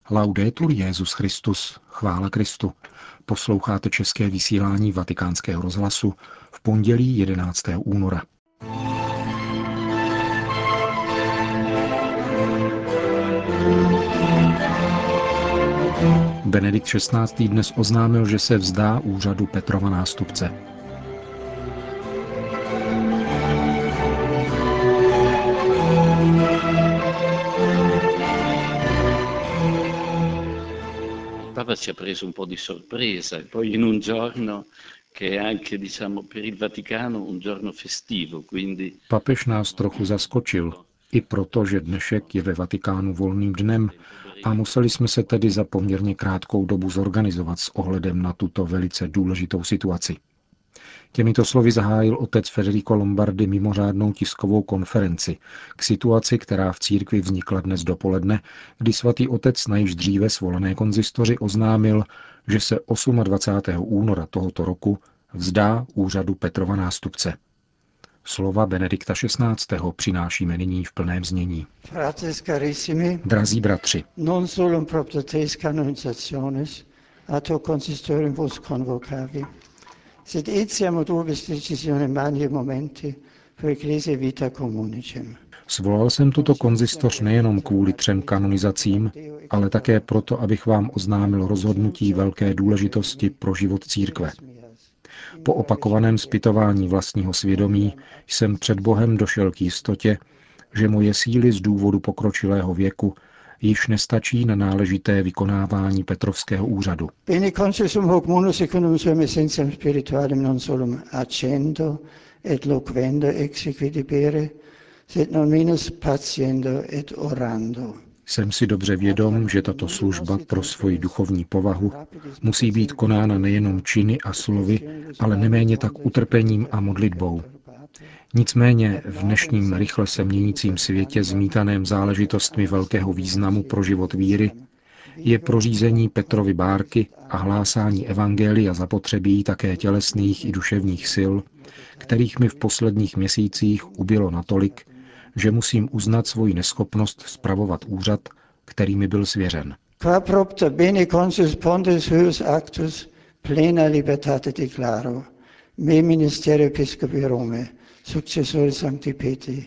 Laudetur Jesus Christus, chvála Kristu. Posloucháte české vysílání Vatikánského rozhlasu v pondělí 11. února. Benedikt XVI. Dnes oznámil, že se vzdá úřadu Petrova nástupce. Papa ci ha preso un po' di sorpresa, poi in un giorno che è anche, per il Vaticano un giorno festivo, quindi... Papež nás trochu zaskočil, i proto, že dnešek je ve Vatikánu volným dnem a museli jsme se tedy za poměrně krátkou dobu zorganizovat s ohledem na tuto velice důležitou situaci. Těmito slovy zahájil otec Federico Lombardi mimořádnou tiskovou konferenci k situaci, která v církvi vznikla dnes dopoledne, kdy svatý otec na již dříve svolané konzistoři oznámil, že se 28. února tohoto roku vzdá úřadu Petrova nástupce. Slova Benedikta XVI. Přinášíme nyní v plném znění. Drazí bratři, non solo proprio tres canonizzationes, atto consistorium vos convocavi, sed etiam ad urbis decisione mani momenti pro ecclesia vita communicem. Svolal jsem tuto konzistoř nejenom kvůli 3 kanonizacím, ale také proto, abych vám oznámil rozhodnutí velké důležitosti pro život církve. Po opakovaném zpytování vlastního svědomí jsem před Bohem došel k jistotě, že moje síly z důvodu pokročilého věku již nestačí na náležité vykonávání Petrovského úřadu. Bene consulsum hoc mundo secundum suam essentiam spiritualem non solum accendo et loquendo exequidibere, sed non minus patiendo et orando. Jsem si dobře vědom, že tato služba pro svoji duchovní povahu musí být konána nejenom činy a slovy, ale neméně tak utrpením a modlitbou. Nicméně v dnešním rychle se měnícím světě zmítaném záležitostmi velkého významu pro život víry je prořízení Petrovy bárky a hlásání evangelia zapotřebí také tělesných i duševních sil, kterých mi v posledních měsících ubylo natolik, že musím uznat svoji neschopnost spravovat úřad, který mi byl svěřen. Qua propter bene consuls pontis huius actus plena libertate declaro, me ministerio episcopi Rome, successore Sancti Petri.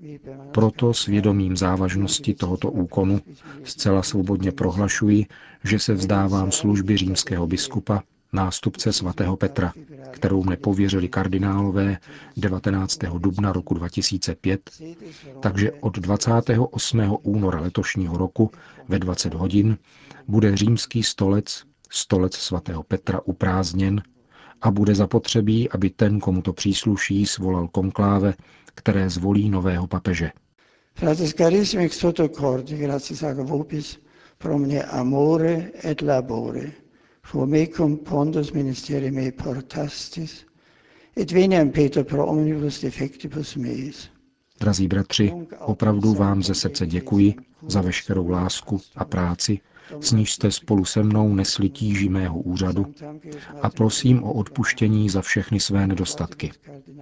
Proto s vědomím závažnosti tohoto úkonu zcela svobodně prohlašuji, že se vzdávám služby římského biskupa, nástupce svatého Petra, kterou mne pověřili kardinálové 19. dubna roku 2005, takže od 28. února letošního roku ve 20 hodin bude římský stolec svatého Petra uprázdněn a bude zapotřebí, aby ten, komu to přísluší, svolal konkláve, které zvolí nového papeže. Fratres carissimi ex toto cordi, gratias ago vobis, pro mne amore et labore, formecum pondus ministeri mei portastis, et veniam Peter pro omnibus defectibus meis. Drazí bratři, opravdu vám ze srdce děkuji za veškerou lásku a práci, s níž jste spolu se mnou nesli tíži mého úřadu a prosím o odpuštění za všechny své nedostatky.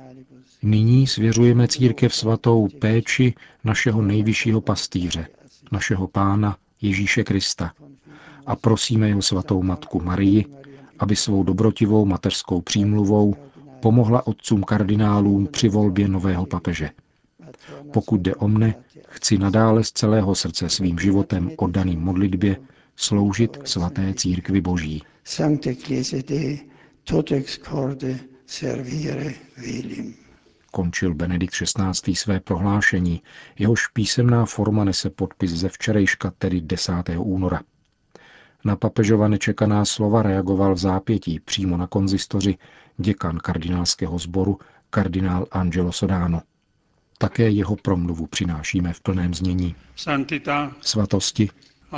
Nyní svěřujeme církev svatou péči našeho nejvyššího pastýře, našeho Pána Ježíše Krista a prosíme jeho svatou matku Marii, aby svou dobrotivou mateřskou přímluvou pomohla otcům kardinálům při volbě nového papeže. Pokud jde o mne, chci nadále z celého srdce svým životem oddaným modlitbě sloužit svaté církvi Boží. Sancte Ecclesiae Dei, tot ex corde servire vilim. Končil Benedikt XVI. Své prohlášení, jehož písemná forma nese podpis ze včerejška, tedy 10. února. Na papežova nečekaná slova reagoval v zápětí přímo na konzistoři děkan kardinálského sboru kardinál Angelo Sodano. Také jeho promluvu přinášíme v plném znění. Svatosti,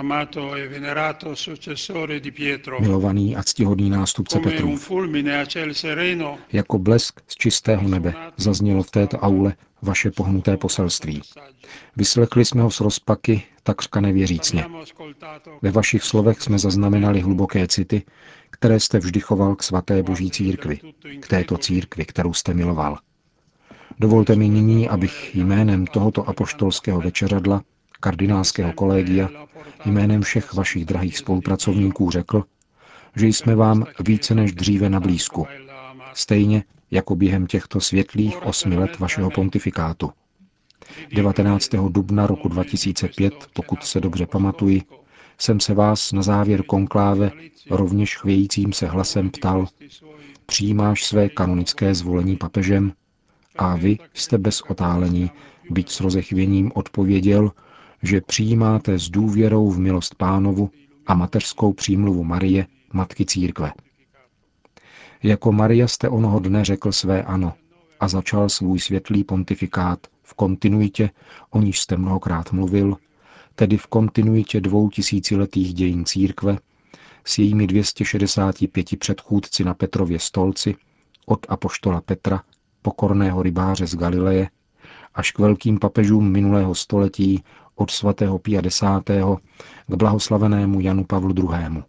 milovaný a ctihodný nástupce Petrův, jako blesk z čistého nebe zaznělo v této aule vaše pohnuté poselství. Vyslechli jsme ho s rozpaky, takřka nevěřícně. Ve vašich slovech jsme zaznamenali hluboké city, které jste vždy choval k svaté Boží církvi, k této církvi, kterou jste miloval. Dovolte mi nyní, abych jménem tohoto apoštolského večeřadla, kardinálského kolegia jménem všech vašich drahých spolupracovníků řekl, že jsme vám více než dříve na blízku, stejně jako během těchto světlých 8 let vašeho pontifikátu. 19. dubna roku 2005, pokud se dobře pamatuji, jsem se vás na závěr konkláve rovněž chvějícím se hlasem ptal, přijímáš své kanonické zvolení papežem? A vy jste bez otálení, byť s rozechvěním odpověděl, že přijímáte s důvěrou v milost Pánovu a mateřskou přímluvu Marie, Matky Církve. Jako Maria jste onoho dne řekl své ano a začal svůj světlý pontifikát v kontinuitě, o níž jste mnohokrát mluvil, tedy v kontinuitě 2000letých dějin církve, s jejími 265 předchůdci na Petrově stolci, od apoštola Petra, pokorného rybáře z Galileje, až k velkým papežům minulého století, od svatého Pia X. k blahoslavenému Janu Pavlu II.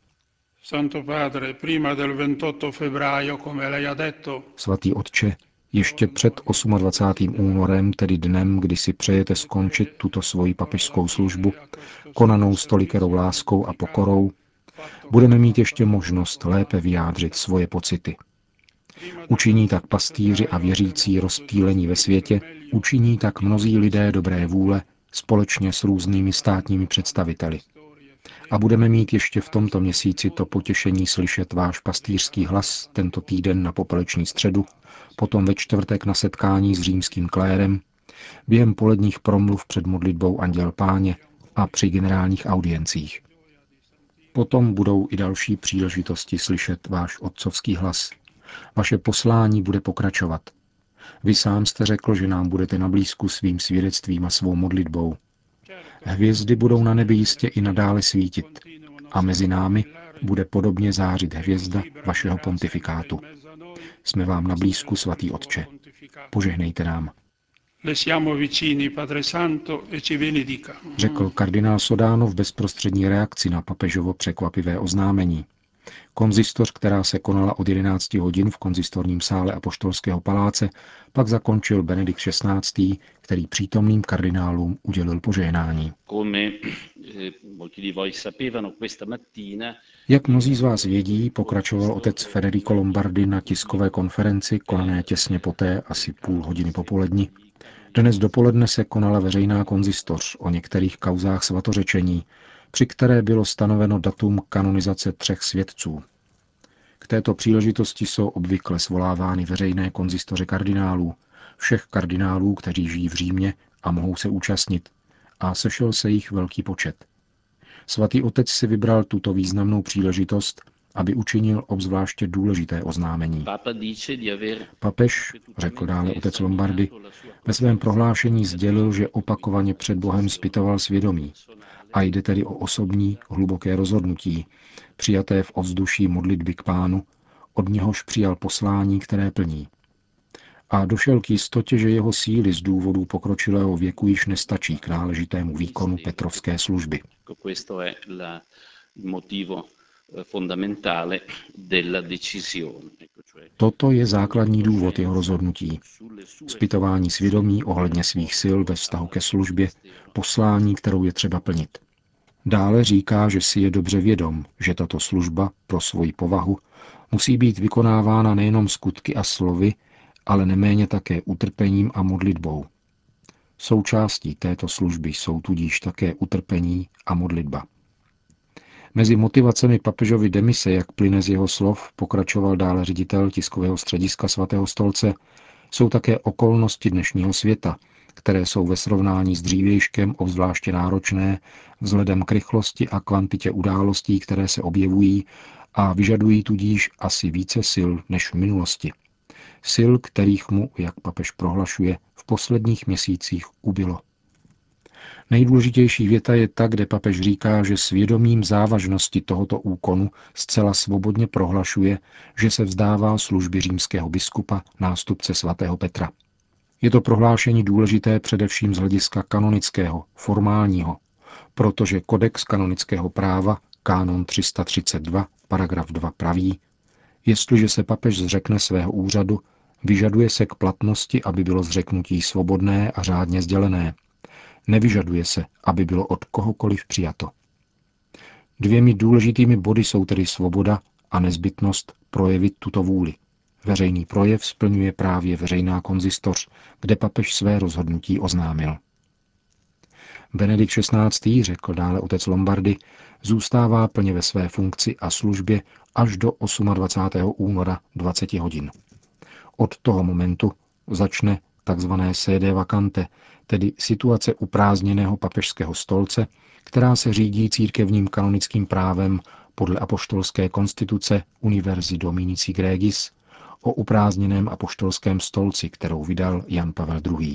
Svatý otče, ještě před 28. únorem, tedy dnem, kdy si přejete skončit tuto svoji papežskou službu, konanou s tolikerou láskou a pokorou, budeme mít ještě možnost lépe vyjádřit svoje pocity. Učiní tak pastýři a věřící rozptýlení ve světě, učiní tak mnozí lidé dobré vůle společně s různými státními představiteli. A budeme mít ještě v tomto měsíci to potěšení slyšet váš pastýřský hlas tento týden na popeleční středu, potom ve čtvrtek na setkání s římským klérem, během poledních promluv před modlitbou Anděl Páně a při generálních audiencích. Potom budou i další příležitosti slyšet váš otcovský hlas. Vaše poslání bude pokračovat. Vy sám jste řekl, že nám budete na blízku svým svědectvím a svou modlitbou. Hvězdy budou na nebi jistě i nadále svítit a mezi námi bude podobně zářit hvězda vašeho pontifikátu. Jsme vám na blízku, svatý otče. Požehnejte nám. Řekl kardinál Sodano v bezprostřední reakci na papežovo překvapivé oznámení. Konzistoř, která se konala od 11 hodin v konzistorním sále Apoštolského paláce, pak zakončil Benedikt XVI., který přítomným kardinálům udělil požehnání. Jak mnozí z vás vědí, pokračoval otec Federico Lombardi na tiskové konferenci, konané těsně poté, asi půl hodiny popoledni. Dnes dopoledne se konala veřejná konzistoř o některých kauzách svatořečení, při které bylo stanoveno datum kanonizace 3 světců. K této příležitosti jsou obvykle svolávány veřejné konzistoře kardinálů, všech kardinálů, kteří žijí v Římě a mohou se účastnit, a sešel se jich velký počet. Svatý otec si vybral tuto významnou příležitost, aby učinil obzvláště důležité oznámení. Papež, řekl dále otec Lombardi, ve svém prohlášení sdělil, že opakovaně před Bohem zpytoval svědomí, a jde tedy o osobní, hluboké rozhodnutí, přijaté v ovzduší modlitby k Pánu, od něhož přijal poslání, které plní. A došel k jistotě, že jeho síly z důvodu pokročilého věku již nestačí k náležitému výkonu petrovské služby. Toto je základní důvod jeho rozhodnutí. Zpytování svědomí ohledně svých sil ve vztahu ke službě, poslání, kterou je třeba plnit. Dále říká, že si je dobře vědom, že tato služba pro svoji povahu musí být vykonávána nejenom skutky a slovy, ale neméně také utrpením a modlitbou. Součástí této služby jsou tudíž také utrpení a modlitba. Mezi motivacemi papežovy demise, jak plyne z jeho slov, pokračoval dále ředitel tiskového střediska svatého stolce, jsou také okolnosti dnešního světa, které jsou ve srovnání s dřívějškem obzvláště náročné vzhledem k rychlosti a kvantitě událostí, které se objevují a vyžadují tudíž asi více sil než v minulosti. Sil, kterých mu, jak papež prohlašuje, v posledních měsících ubylo. Nejdůležitější věta je ta, kde papež říká, že svědomím závažnosti tohoto úkonu zcela svobodně prohlašuje, že se vzdává služby římského biskupa, nástupce svatého Petra. Je to prohlášení důležité především z hlediska kanonického, formálního, protože kodex kanonického práva, kánon 332, paragraf 2 praví, jestliže se papež zřekne svého úřadu, vyžaduje se k platnosti, aby bylo zřeknutí svobodné a řádně sdělené. Nevyžaduje se, aby bylo od kohokoliv přijato. Dvěmi důležitými body jsou tedy svoboda a nezbytnost projevit tuto vůli. Veřejný projev splňuje právě veřejná konzistoř, kde papež své rozhodnutí oznámil. Benedikt XVI., řekl dále otec Lombardy, zůstává plně ve své funkci a službě až do 28. února 20 hodin. Od toho momentu začne tzv. Sede vacante, tedy situace uprázdněného papežského stolce, která se řídí církevním kanonickým právem podle apoštolské konstituce Universi Dominici Gregis o uprázdněném apoštolském stolci, kterou vydal Jan Pavel II.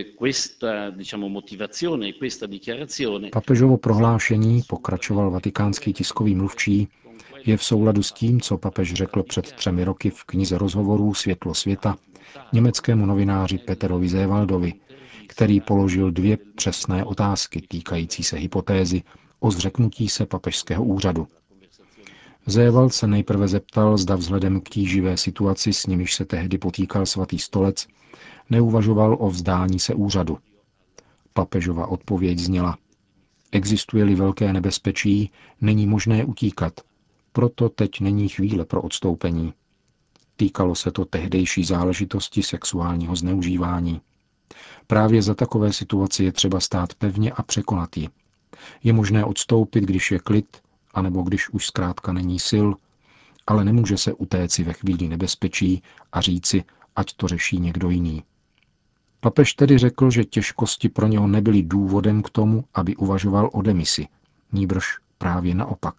Papežovo prohlášení, pokračoval vatikánský tiskový mluvčí, je v souladu s tím, co papež řekl před 3 roky v knize rozhovorů Světlo světa německému novináři Peterovi Zévaldovi, který položil 2 přesné otázky týkající se hypotézy o zřeknutí se papežského úřadu. Zévald se nejprve zeptal, zda vzhledem k tíživé situaci, s nimiž se tehdy potýkal svatý stolec, neuvažoval o vzdání se úřadu. Papežova odpověď zněla: existuje-li velké nebezpečí, není možné utíkat, proto teď není chvíle pro odstoupení. Týkalo se to tehdejší záležitosti sexuálního zneužívání. Právě za takové situaci je třeba stát pevně a překonat ji. Je možné odstoupit, když je klid, anebo když už zkrátka není sil, ale nemůže se utéci ve chvíli nebezpečí a říci, ať to řeší někdo jiný. Papež tedy řekl, že těžkosti pro něho nebyly důvodem k tomu, aby uvažoval o demisi, nýbrž právě naopak.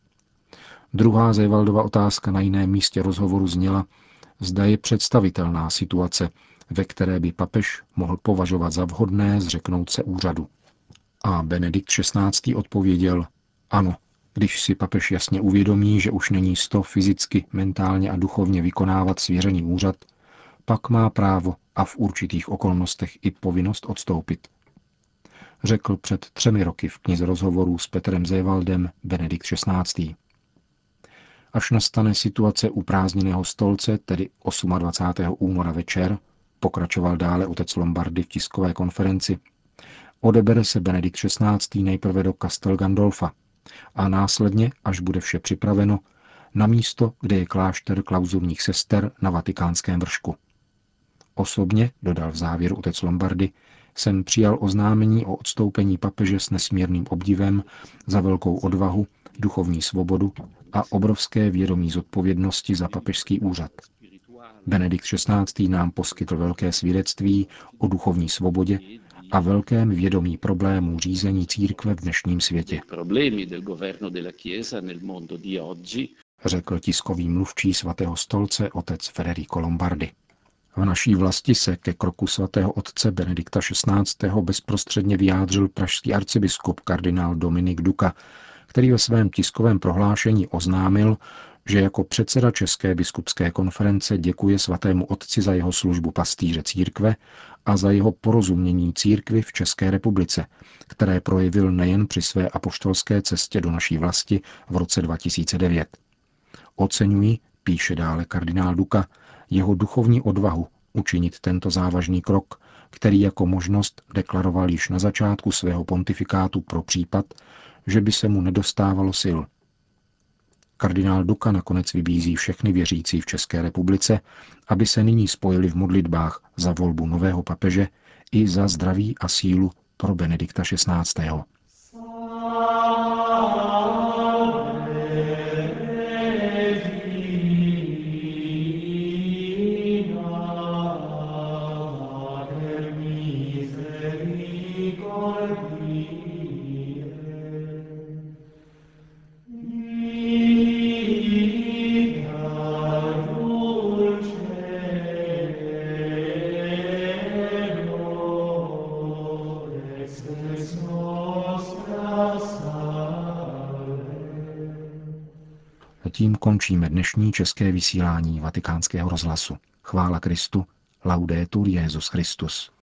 Druhá Zévaldova otázka na jiném místě rozhovoru zněla, zda je představitelná situace, ve které by papež mohl považovat za vhodné zřeknout se úřadu. A Benedikt XVI. Odpověděl, ano, když si papež jasně uvědomí, že už není sto fyzicky, mentálně a duchovně vykonávat svěřený úřad, pak má právo a v určitých okolnostech i povinnost odstoupit. Řekl před 3 roky v knize rozhovorů s Petrem Zévaldem Benedikt XVI. Až nastane situace uprázdněného stolce, tedy 28. února večer, pokračoval dále otec Lombardy v tiskové konferenci, odebere se Benedikt XVI. Nejprve do Castel Gandolfa a následně, až bude vše připraveno, na místo, kde je klášter klauzurních sester na Vatikánském vršku. Osobně, dodal v závěru otec Lombardy, jsem přijal oznámení o odstoupení papeže s nesmírným obdivem za velkou odvahu, duchovní svobodu a obrovské vědomí zodpovědnosti za papežský úřad. Benedikt XVI. Nám poskytl velké svědectví o duchovní svobodě a velkém vědomí problémů řízení církve v dnešním světě, řekl tiskový mluvčí svatého stolce otec Federico Lombardi. V naší vlasti se ke kroku svatého otce Benedikta XVI. Bezprostředně vyjádřil pražský arcibiskup kardinál Dominik Duka, který ve svém tiskovém prohlášení oznámil, že jako předseda České biskupské konference děkuje svatému otci za jeho službu pastýře církve a za jeho porozumění církvi v České republice, které projevil nejen při své apoštolské cestě do naší vlasti v roce 2009. Oceňuji, píše dále kardinál Duka, jeho duchovní odvahu učinit tento závažný krok, který jako možnost deklaroval již na začátku svého pontifikátu pro případ, že by se mu nedostávalo sil. Kardinál Duka nakonec vybízí všechny věřící v České republice, aby se nyní spojili v modlitbách za volbu nového papeže i za zdraví a sílu pro Benedikta XVI. Tím končíme dnešní české vysílání Vatikánského rozhlasu. Chvála Kristu, laudetur Jesus Christus.